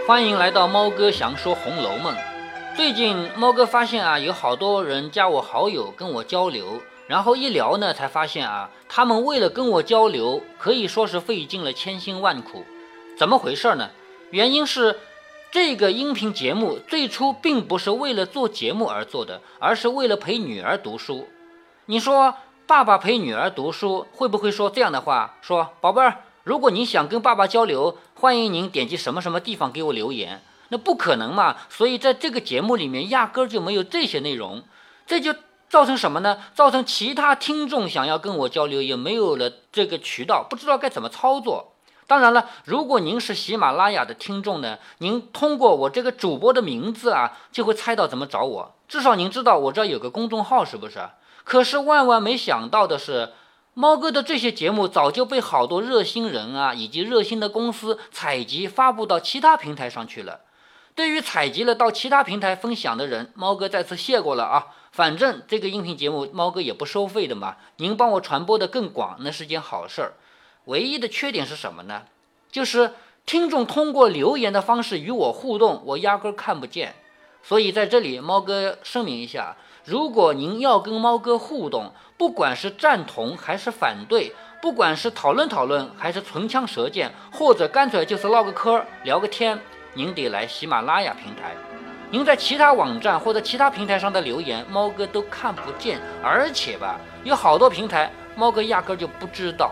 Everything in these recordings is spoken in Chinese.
欢迎来到猫哥详说《红楼梦》。最近猫哥发现啊，有好多人加我好友跟我交流，然后一聊呢，才发现啊，他们为了跟我交流，可以说是费尽了千辛万苦。怎么回事呢？原因是这个音频节目最初并不是为了做节目而做的，而是为了陪女儿读书。你说爸爸陪女儿读书，会不会说这样的话，说宝贝儿，如果你想跟爸爸交流，欢迎您点击什么什么地方给我留言。那不可能嘛，所以在这个节目里面压根儿就没有这些内容。这就造成什么呢？造成其他听众想要跟我交流也没有了这个渠道，不知道该怎么操作。当然了，如果您是喜马拉雅的听众呢，您通过我这个主播的名字啊，就会猜到怎么找我。至少您知道我这儿有个公众号，是不是？可是万万没想到的是，猫哥的这些节目早就被好多热心人啊，以及热心的公司采集发布到其他平台上去了。对于采集了到其他平台分享的人，猫哥再次谢过了啊。反正这个音频节目猫哥也不收费的嘛，您帮我传播的更广，那是件好事儿。唯一的缺点是什么呢？就是听众通过留言的方式与我互动，我压根看不见。所以在这里猫哥声明一下，如果您要跟猫哥互动，不管是赞同还是反对，不管是讨论讨论还是唇枪舌剑，或者干脆就是唠个嗑聊个天，您得来喜马拉雅平台。您在其他网站或者其他平台上的留言，猫哥都看不见，而且吧，有好多平台猫哥压根就不知道。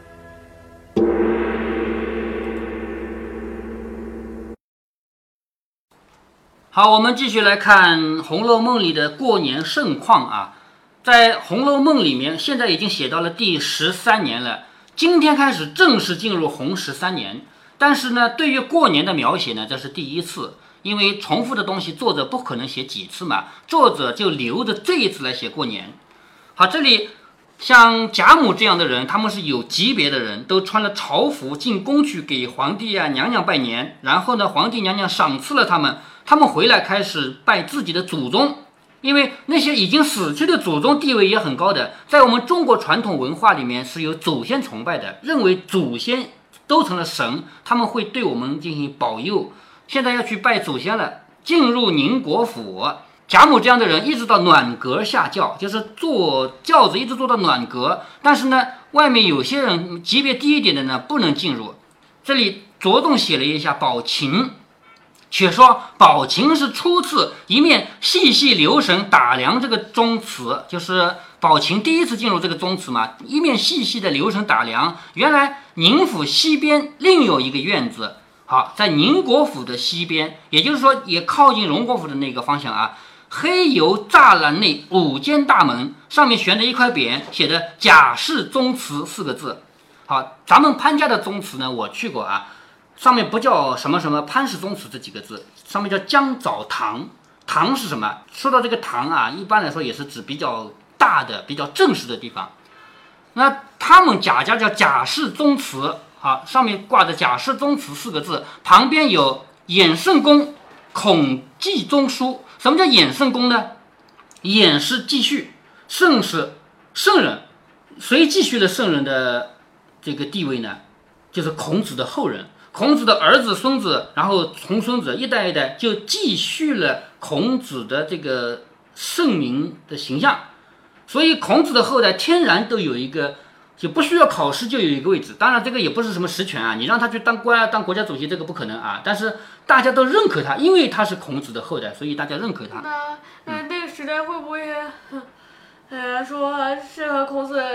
好，我们继续来看《红楼梦》里的过年盛况啊。在《红楼梦》里面，现在已经写到了第13年了，今天开始正式进入红13年。但是呢，对于过年的描写呢，这是第一次，因为重复的东西作者不可能写几次嘛，作者就留着这一次来写过年。好，这里像贾母这样的人，他们是有级别的人，都穿了朝服进宫去给皇帝啊娘娘拜年，然后呢，皇帝娘娘赏赐了他们，他们回来开始拜自己的祖宗。因为那些已经死去的祖宗地位也很高的，在我们中国传统文化里面是有祖先崇拜的，认为祖先都成了神，他们会对我们进行保佑。现在要去拜祖先了，进入宁国府，贾母这样的人一直到暖阁下轿，就是坐轿子一直坐到暖阁，但是呢，外面有些人级别低一点的呢不能进入。这里着重写了一下宝琴，却说宝琴是初次一面细细留神打量这个宗祠，就是宝琴第一次进入这个宗祠嘛，一面细细的留神打量，原来宁府西边另有一个院子。好，在宁国府的西边，也就是说也靠近荣国府的那个方向啊，黑油栅栏内5间大门，上面悬着一块匾，写着贾氏宗祠4个字。好，咱们潘家的宗祠呢，我去过啊，上面不叫什么什么潘氏宗祠这几个字，上面叫江藻堂。堂是什么？说到这个堂啊，一般来说也是指比较大的、比较正式的地方。那他们贾家叫贾氏宗祠，好，上面挂着贾氏宗祠4个字，旁边有衍圣公孔继宗书。什么叫衍圣公呢？衍是继续，圣是圣人，谁继续了圣人的这个地位呢？就是孔子的后人，孔子的儿子、孙子，然后重孙子，一代一代就继续了孔子的这个圣明的形象。所以孔子的后代天然都有一个，就不需要考试就有一个位置。当然这个也不是什么实权啊，你让他去当官啊、当国家主席这个不可能啊。但是大家都认可他，因为他是孔子的后代，所以大家认可他。 那个时代会不会说是和孔子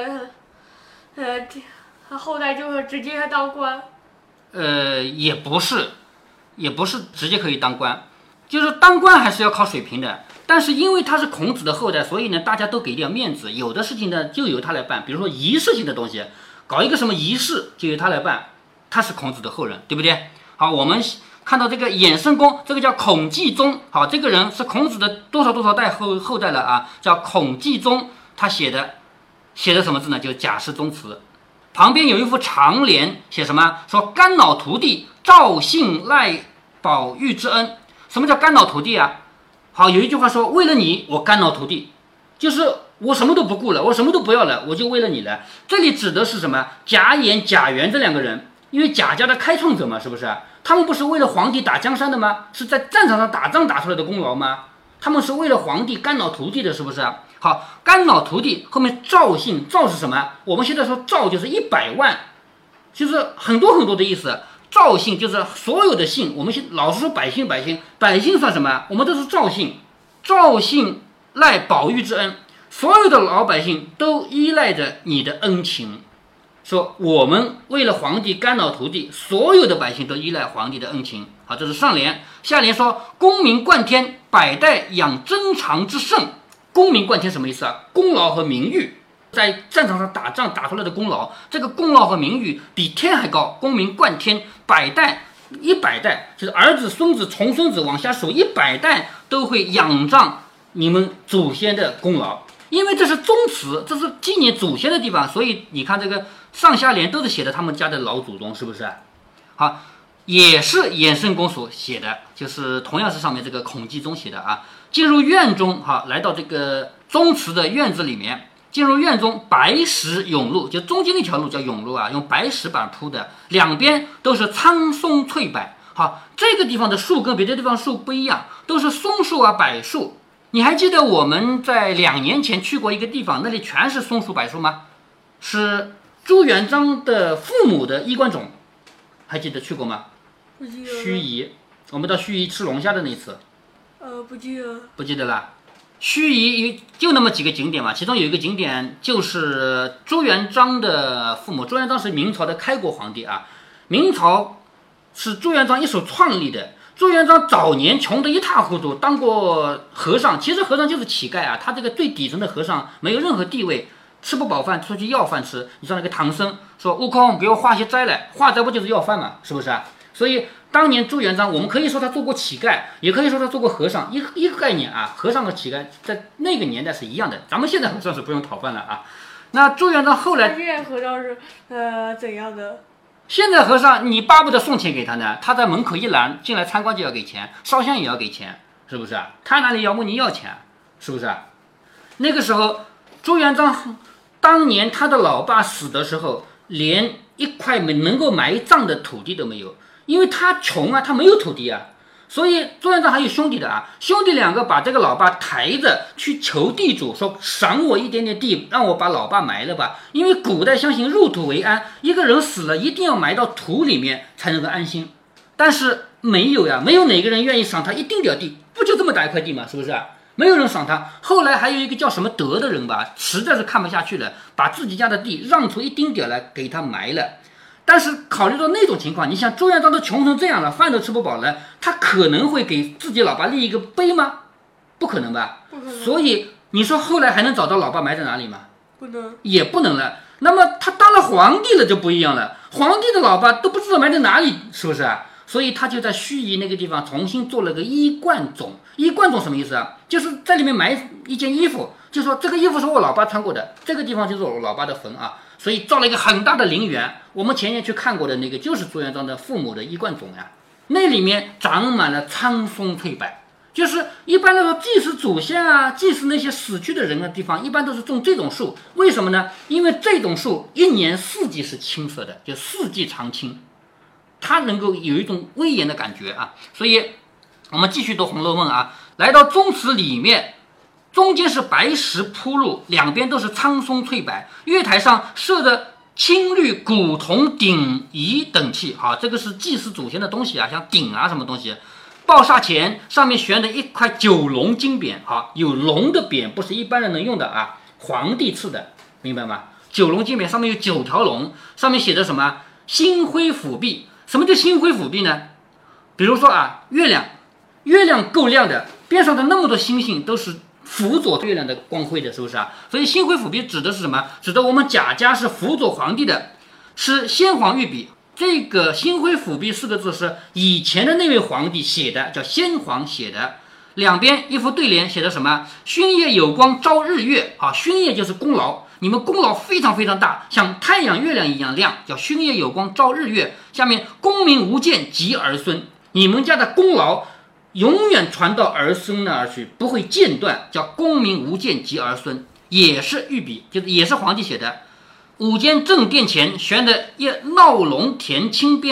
后代就是直接当官？ 也不是直接可以当官，就是当官还是要靠水平的。但是因为他是孔子的后代，所以呢，大家都给点面子，有的事情呢就由他来办，比如说仪式性的东西，搞一个什么仪式就由他来办，他是孔子的后人，对不对？好，我们看到这个衍圣公，这个叫孔继宗，好，这个人是孔子的多少代后代了啊，叫孔继宗，他写的什么字呢？就贾氏宗祠。旁边有一副长联，写什么？说肝脑涂地，赵姓赖宝玉之恩。什么叫肝脑涂地啊？好，有一句话说，为了你，我肝脑涂地，就是我什么都不顾了，我什么都不要了，我就为了你了。这里指的是什么？贾演、贾元这2个人，因为贾家的开创者嘛，是不是？ 他们不是为了皇帝打江山的吗？是在战场上打仗打出来的功劳吗？他们是为了皇帝肝脑涂地的，是不是？好，肝脑涂地后面赵姓，赵是什么？我们现在说赵就是100万，就是很多很多的意思。赵姓就是所有的姓，我们老是说百姓，百姓算什么？我们都是赵姓，赵姓赖宝玉之恩，所有的老百姓都依赖着你的恩情。说我们为了皇帝肝脑涂地，所有的百姓都依赖皇帝的恩情。好，这是上联。下联说功名冠天，百代养珍藏之盛。功名冠天什么意思啊？功劳和名誉，在战场上打仗打出来的功劳，这个功劳和名誉比天还高。功名冠天，百代100代，就是儿子、孙子、重孙子往下数，100代都会仰仗你们祖先的功劳。因为这是宗祠，这是纪念祖先的地方，所以你看这个上下联都是写的他们家的老祖宗，是不是？好，也是衍圣公所写的，就是同样是上面这个孔继宗写的啊。进入院中，哈，来到这个宗祠的院子里面，进入院中，白石甬路，就中间那条路叫甬路啊，用白石板铺的，两边都是苍松翠柏。好，这个地方的树跟别的地方树不一样，都是松树啊、柏树。你还记得我们在2年前去过一个地方，那里全是松树柏树吗？是朱元璋的父母的衣冠冢，还记得去过吗？ 不记得。 盱眙，我们到盱眙吃龙虾的那次。 不记得。 不记得了。盱眙就那么几个景点嘛，其中有一个景点就是朱元璋的父母。朱元璋是明朝的开国皇帝啊，明朝是朱元璋一手创立的。朱元璋早年穷得一塌糊涂，当过和尚，其实和尚就是乞丐啊，他这个最底层的和尚没有任何地位，吃不饱饭出去要饭吃。你像那个唐僧说：“悟空，给我化些斋来。”化斋不就是要饭吗？是不是啊？所以当年朱元璋，我们可以说他做过乞丐，也可以说他做过和尚，一个概念啊。和尚和乞丐在那个年代是一样的，咱们现在和尚是不用讨饭了啊。那朱元璋后来， 现在和尚是怎样的？ 现在和尚你巴不得送钱给他呢，他在门口一拦，进来参观就要给钱，烧香也要给钱，是不是？他哪里要问你要钱，是不是？那个时候朱元璋当年他的老爸死的时候，连一块能够埋葬的土地都没有，因为他穷啊，他没有土地啊。所以朱元璋还有兄弟的啊，兄弟2个把这个老爸抬着去求地主，说赏我一点点地，让我把老爸埋了吧。因为古代相信入土为安，一个人死了一定要埋到土里面才能够安心。但是没有呀，没有哪个人愿意赏他一丁点地，不就这么大一块地吗？是不是？没有人赏他。后来还有一个叫什么德的人吧，实在是看不下去了，把自己家的地让出一丁点来给他埋了。但是考虑到那种情况，你想朱元璋都穷成这样了，饭都吃不饱了，他可能会给自己老爸立一个碑吗？不可能吧。 不可能。 所以你说后来还能找到老爸埋在哪里吗？ 不能， 也不能了。那么他当了皇帝了就不一样了，皇帝的老爸都不知道埋在哪里，是不是啊？所以他就在盱眙那个地方重新做了个衣冠冢。衣冠冢什么意思啊？就是在里面埋一件衣服，就说这个衣服是我老爸穿过的，这个地方就是我老爸的坟啊。所以造了一个很大的陵园，我们前年去看过的那个就是朱元璋的父母的衣冠冢呀，那里面长满了苍松翠柏，就是一般来说祭祀祖先啊，祭祀那些死去的人的地方，一般都是种这种树。为什么呢？因为这种树一年四季是青色的，就四季常青，它能够有一种威严的感觉啊。所以我们继续读《红楼梦》啊，来到宗祠里面。中间是白石铺路，两边都是苍松翠柏，月台上设的青绿古铜鼎仪等器，好，这个是祭祀祖先的东西啊，像鼎啊什么东西。抱厦前上面悬的一块九龙金匾，好，有龙的匾不是一般人能用的啊，皇帝赐的，明白吗？九龙金匾上面有9条龙，上面写着什么？星辉辅弼。什么叫星辉辅弼呢？比如说啊，月亮够亮的，边上的那么多星星都是辅佐月亮的光辉的，是不是啊？所以星辉辅弼指的是什么？指的我们贾家是辅佐皇帝的，是先皇御笔。这个星辉辅弼4个字是以前的那位皇帝写的，叫先皇写的。两边一副对联，写的什么？勋业有光照日月啊，勋业就是功劳，你们功劳非常非常大，像太阳月亮一样亮，叫勋业有光照日月。下面功名无间及儿孙，你们家的功劳永远传到儿孙那儿去，不会间断，叫功名无间及儿孙，也是御笔，就是也是皇帝写的。午间正殿前悬的一闹龙填青边，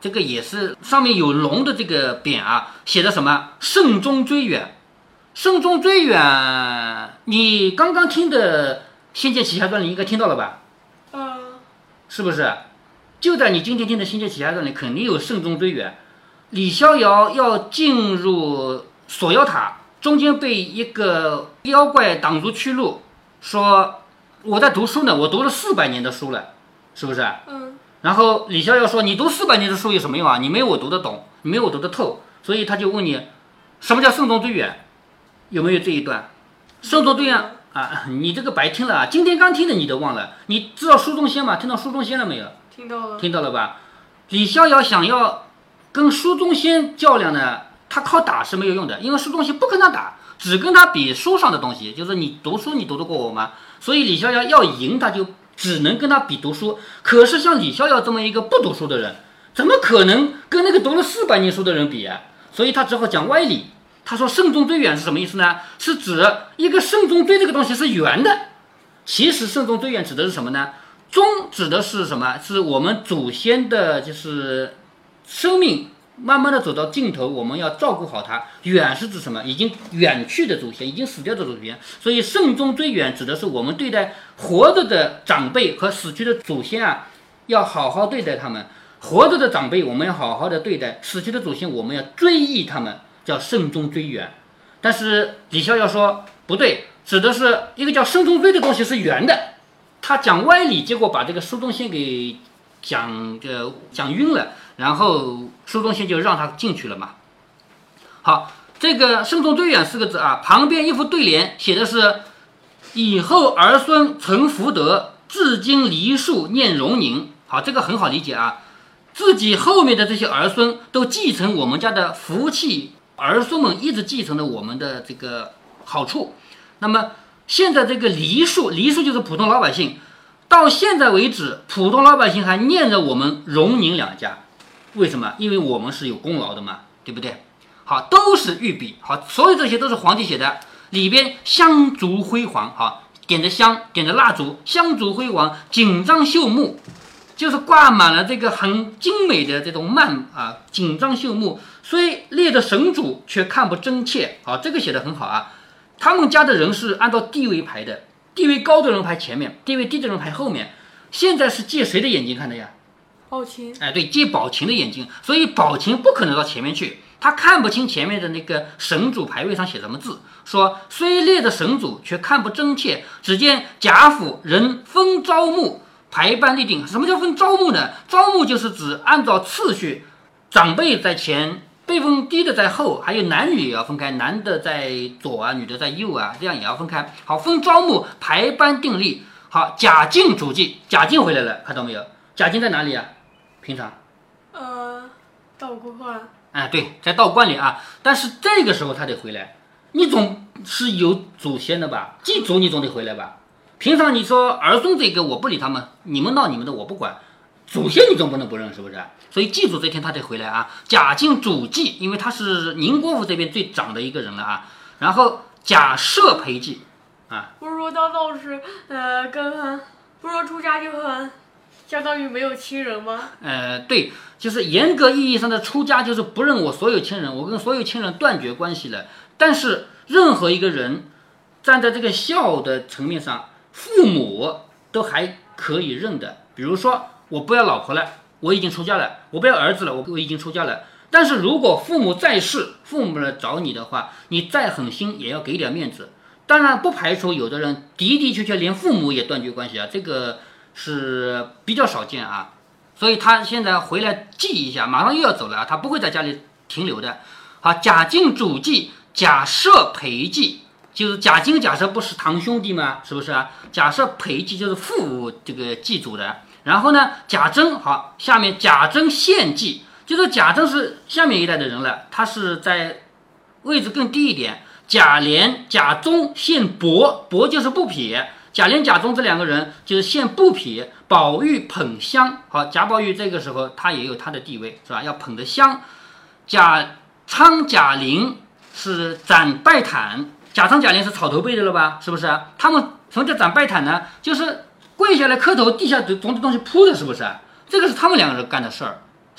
这个也是上面有龙的这个匾啊，写的什么慎终追远。慎终追远，你刚刚听的《仙剑奇侠传》里应该听到了吧？是不是？就在你今天听的《仙剑奇侠传》里，肯定有慎终追远。李逍遥要进入锁妖塔，中间被一个妖怪挡住去路，说我在读书呢，我读了400年的书了，是不是？然后李逍遥说：“你读400年的书有什么用啊？你没有我读得懂，你没有我读得透。”所以他就问你，什么叫慎终追远？有没有这一段？慎终追远啊，你这个白听了啊！今天刚听的你都忘了。你知道书中仙吗？听到书中仙了没有？ 听到了。 听到了吧？李逍遥想要跟书中仙较量呢，他靠打是没有用的，因为书中仙不跟他打，只跟他比书上的东西，就是你读书你读得过我吗？所以李逍遥要赢，他就只能跟他比读书。可是像李逍遥这么一个不读书的人，怎么可能跟那个读了400年书的人比啊？所以他只好讲歪理。他说慎终追远是什么意思呢？是指一个慎终追这个东西是圆的。其实慎终追远指的是什么呢？终指的是什么？是我们祖先的就是生命慢慢的走到尽头，我们要照顾好它。远是指什么？已经远去的祖先，已经死掉的祖先。所以慎终追远指的是我们对待活着的长辈和死去的祖先啊，要好好对待他们。活着的长辈我们要好好的对待，死去的祖先我们要追忆他们，叫慎终追远。但是李逍遥说不对，指的是一个叫慎终追的东西是圆的。他讲歪理，结果把这个书中仙给讲晕了，然后书中仙就让他进去了嘛。好，这个慎终追远4个字啊，旁边一副对联写的是以后儿孙承福德，至今梨树念荣宁。好，这个很好理解啊，自己后面的这些儿孙都继承我们家的福气，儿孙们一直继承了我们的这个好处。那么现在这个梨树就是普通老百姓，到现在为止，普通老百姓还念着我们荣宁两家，为什么？因为我们是有功劳的嘛，对不对？好，都是御笔，好，所有这些都是皇帝写的，里边香烛辉煌，好，点着香，点着蜡烛，香烛辉煌，锦章绣幕，就是挂满了这个很精美的这种幔啊，锦章绣幕，虽列着神主，却看不真切。好，这个写的很好啊。他们家的人是按照地位排的，地位高的人排前面，地位低的人排后面。现在是借谁的眼睛看的呀？ 宝琴。 哎，对，借宝琴的眼睛，所以宝琴不可能到前面去，他看不清前面的那个神主牌位上写什么字，说虽列着神主，却看不真切。只见贾府人分招募，排班立定。什么叫分招募呢？招募就是指按照次序，长辈在前，辈分低的在后，还有男女也要分开，男的在左啊，女的在右啊，这样也要分开。好，分招募，排班定例。好，贾静主祭，贾静回来了，看到没有？贾静在哪里啊？平常， 道观。 哎，对，在道观里啊。但是这个时候他得回来，你总是有祖先的吧？祭祖你总得回来吧？平常你说儿孙这个我不理他们，你们闹你们的，我不管。祖先你总不能不认，是不是？所以祭祖这天他得回来啊。贾静主祭，因为他是宁国府这边最长的一个人了啊。然后贾赦陪祭啊。 不是说当道士，不是说出家就很相当于没有亲人吗？ 对，就是严格意义上的出家，就是不认我所有亲人，我跟所有亲人断绝关系了。但是任何一个人站在这个孝的层面上，父母都还可以认的。比如说，我不要老婆了，我已经出家了；我不要儿子了，我已经出家了。但是如果父母在世，父母来找你的话，你再狠心也要给点面子。当然不排除有的人的确连父母也断绝关系啊，这个是比较少见啊。所以他现在回来祭一下，马上又要走了啊，他不会在家里停留的。好，贾静主祭，贾赦陪祭，就是贾静贾赦不是堂兄弟吗？是不是啊？贾赦陪祭就是父这个祭祖的。然后呢，贾珍，好，下面贾珍献祭，就是贾珍是下面一代的人了，他是在位置更低一点。贾琏、贾忠献帛，帛就是布匹。贾琏、贾忠这两个人就是献布匹。宝玉捧香，好，贾宝玉这个时候他也有他的地位，是吧？要捧的香。贾昌、贾玲是展拜毯，贾昌、贾玲是草头辈的了吧？是不是啊？他们什么叫展拜毯呢？就是跪下来磕头，地下总的东西铺的，是不是啊？这个是他们两个人干的事儿。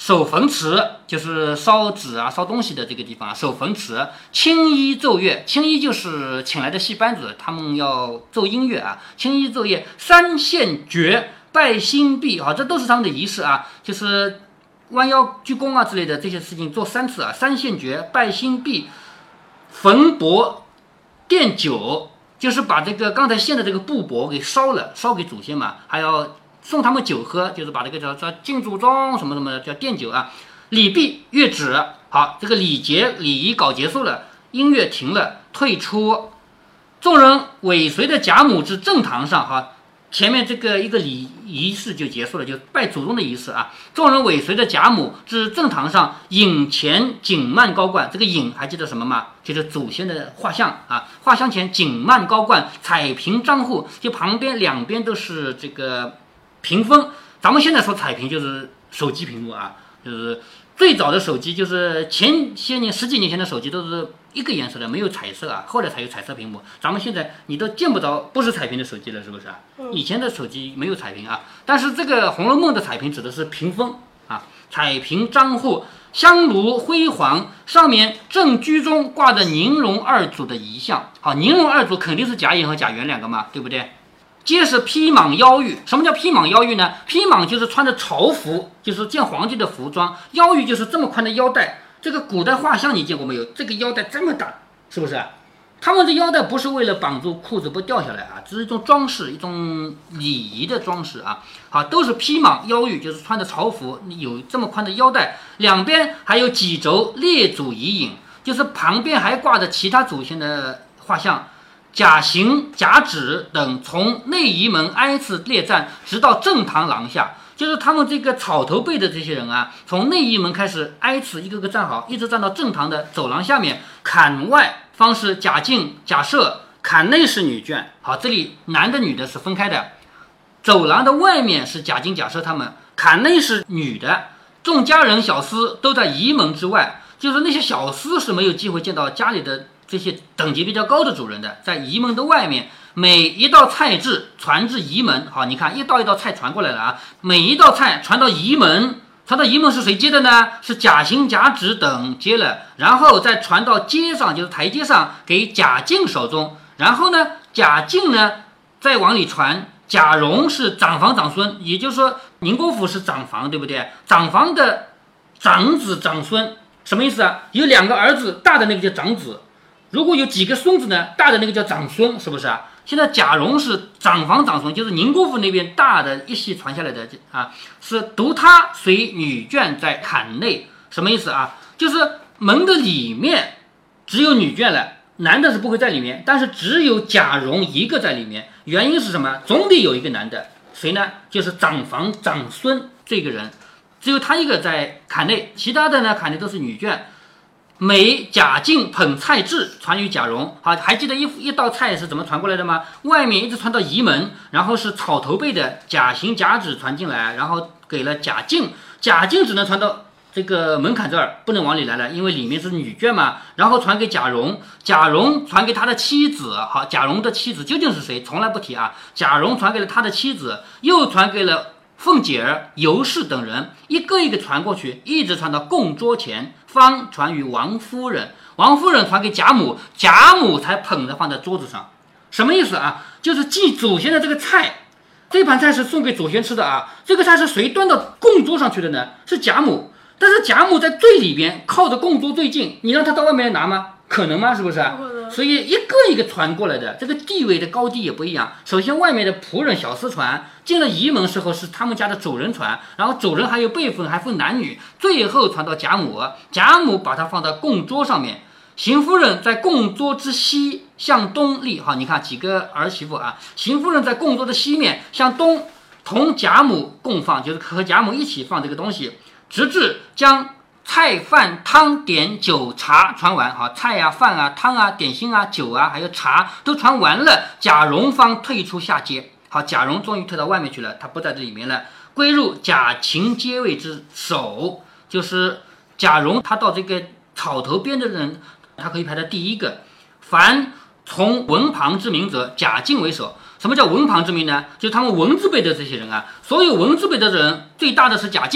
守坟池就是烧纸啊、烧东西的这个地方啊，守坟池。青衣奏乐，青衣就是请来的戏班子，他们要奏音乐啊。青衣奏乐，三献爵，拜新毕啊，这都是他们的仪式啊，就是弯腰鞠躬啊之类的这些事情做3次啊。三献爵，拜新毕，焚帛，奠酒，就是把这个刚才献的这个布帛给烧了，烧给祖先嘛，还要送他们酒喝，就是把这个叫敬祖宗什么什么的叫奠酒啊。礼毕，乐止，好，这个礼仪搞结束了，音乐停了，退出。众人尾随的贾母至正堂上，哈，前面这个一个仪式就结束了，就拜祖宗的仪式啊。众人尾随着贾母至正堂上，影前景幔高冠，这个影还记得什么吗？就是祖先的画像啊。画像前景幔高冠，彩屏张户，就旁边两边都是这个屏风。咱们现在说彩屏就是手机屏幕啊，就是最早的手机就是前些年10几年前的手机都是一个颜色的，没有彩色啊，后来才有彩色屏幕。咱们现在你都见不着不是彩屏的手机了，是不是啊？以前的手机没有彩屏啊，但是这个《红楼梦》的彩屏指的是屏风啊，彩屏张户，香炉辉煌，上面正居中挂着宁荣二祖的遗像。好，宁荣二祖肯定是贾琰和贾元2个嘛，对不对？皆是披蟒腰玉。什么叫披蟒腰玉呢？披蟒就是穿着朝服，就是见皇帝的服装，腰玉就是这么宽的腰带。这个古代画像你见过没有？这个腰带这么大，是不是？他们的腰带不是为了绑住裤子不掉下来啊，只是一种装饰，一种礼仪的装饰啊。好，都是披蟒腰玉，就是穿着朝服，有这么宽的腰带，两边还有几轴列祖遗影，就是旁边还挂着其他祖先的画像。贾行、贾芷等从内仪门挨次列站，直到正堂廊下。就是他们这个草头辈的这些人啊，从内仪门开始挨次一个个站好，一直站到正堂的走廊下面。坎外方是贾敬、贾赦，坎内是女眷。好，这里男的女的是分开的。走廊的外面是贾敬、贾赦他们，坎内是女的。众家人小厮都在仪门之外，就是那些小厮是没有机会见到家里的这些等级比较高的主人的，在仪门的外面。每一道菜至传至仪门，好，你看一道一道菜传过来了啊。每一道菜传到仪门，传到仪门是谁接的呢？是贾行、贾芷等接了，然后再传到街上，就是台阶上给贾敬手中。然后呢，贾敬呢再往里传。贾蓉是长房长孙，也就是说宁国府是长房，对不对？长房的长子长孙什么意思啊？有2个儿子，大的那个叫长子，如果有几个孙子呢，大的那个叫长孙，是不是啊？现在贾蓉是长房长孙，就是宁国府那边大的一系传下来的啊，是独他随女眷在坎内，什么意思啊？就是门的里面只有女眷了，男的是不会在里面，但是只有贾蓉一个在里面。原因是什么？总得有一个男的，谁呢？就是长房长孙这个人，只有他一个在坎内，其他的呢坎内都是女眷。每贾敬捧菜至，传于贾蓉。好，还记得一道菜是怎么传过来的吗？外面一直传到仪门，然后是草头辈的贾行、贾芷传进来，然后给了贾敬，贾敬只能传到这个门槛这儿，不能往里来了，因为里面是女眷嘛。然后传给贾蓉，贾蓉传给他的妻子。好，贾蓉的妻子究竟是谁？从来不提啊。贾蓉传给了他的妻子，又传给了凤姐儿、尤氏等人，一个一个传过去，一直传到供桌前，方传于王夫人。王夫人传给贾母，贾母才捧着放在桌子上。什么意思啊？就是祭祖先的这个菜，这盘菜是送给祖先吃的啊。这个菜是谁端到供桌上去的呢？是贾母。但是贾母在最里边，靠着供桌最近，你让他到外面来拿吗？可能吗？是不是？所以一个一个传过来的，这个地位的高低也不一样。首先外面的仆人小厮传，进了仪门时候是他们家的主人传，然后主人还有辈分，还分男女，最后传到贾母，贾母把它放到供桌上面。邢夫人在供桌之西向东立，好，你看几个儿媳妇啊。邢夫人在供桌的西面向东，同贾母共放，就是和贾母一起放这个东西，直至将菜饭汤点酒茶传完。好，菜啊饭啊汤啊点心啊酒啊还有茶都传完了，贾蓉方退出下阶。好，贾蓉终于退到外面去了，他不在这里面了，归入贾芹阶位之首。就是贾蓉他到这个草头边的人，他可以排在第一个。凡从文旁之名者，贾敬为首。什么叫文旁之名呢？就是他们文字辈的这些人啊，所有文字辈的人最大的是贾敬，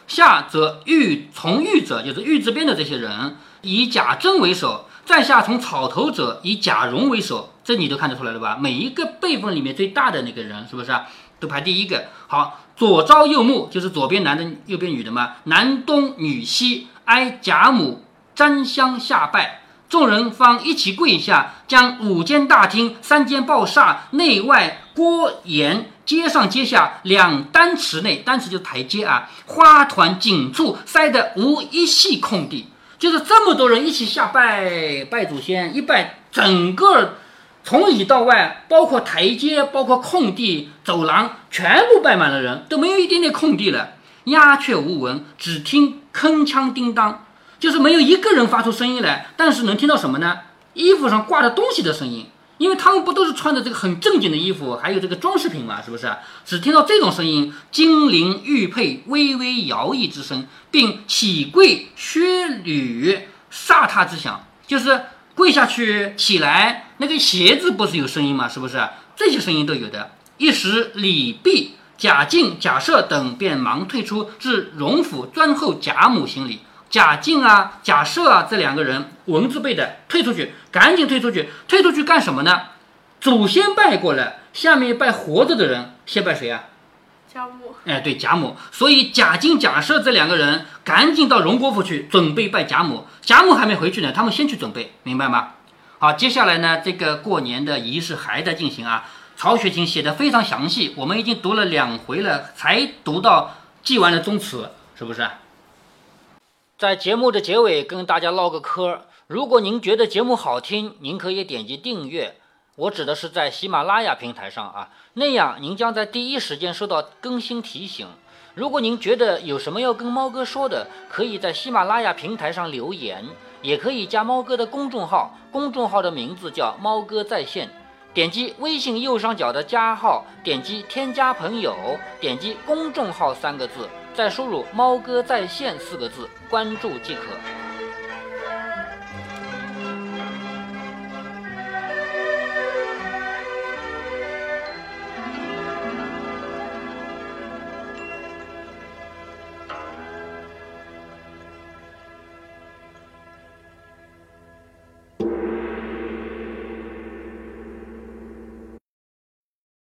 下则从玉者，就是玉字边的这些人，以贾珍为首，在下从草头者以贾蓉为首。这你都看得出来了吧？每一个辈分里面最大的那个人，是不是啊？都排第一个。好，左朝右目，就是左边男的，右边女的嘛。男东女西，挨贾母沾香下拜。众人方一起跪下，将5间大厅、3间抱厦、内外郭檐、阶上阶下2单池内，单池就是台阶啊，花团锦簇，塞得无一隙空地。就是这么多人一起下拜祖先，一拜整个从里到外，包括台阶，包括空地、走廊，全部拜满了人，都没有一点点空地了。鸦雀无闻，只听铿锵叮当。就是没有一个人发出声音来，但是能听到什么呢？衣服上挂的东西的声音，因为他们不都是穿的这个很正经的衣服，还有这个装饰品嘛，是不是？只听到这种声音，金铃玉佩微微摇曳之声，并起跪靴履飒沓之响，就是跪下去起来，那个鞋子不是有声音嘛，是不是？这些声音都有的。一时李泌、贾敬、贾赦等便忙退出，至荣府专候贾母行礼。贾敬啊、贾赦啊，这2个人文字辈的，退出去，赶紧退出去。退出去干什么呢？祖先拜过了，下面拜活着的人，先拜谁啊？ 贾母。 哎，对，贾母。所以贾敬、贾赦这2个人赶紧到荣国府去，准备拜贾母。贾母还没回去呢，他们先去准备，明白吗？好，接下来呢，这个过年的仪式还在进行啊。曹雪芹写的非常详细，我们已经读了2回了，才读到祭完了宗祠，是不是？在节目的结尾跟大家唠个嗑，如果您觉得节目好听，您可以点击订阅，我指的是在喜马拉雅平台上啊，那样您将在第一时间收到更新提醒。如果您觉得有什么要跟猫哥说的，可以在喜马拉雅平台上留言，也可以加猫哥的公众号，公众号的名字叫猫哥在线，点击微信右上角的加号，点击添加朋友，点击公众号3个字，再输入猫哥在线4个字，关注即可。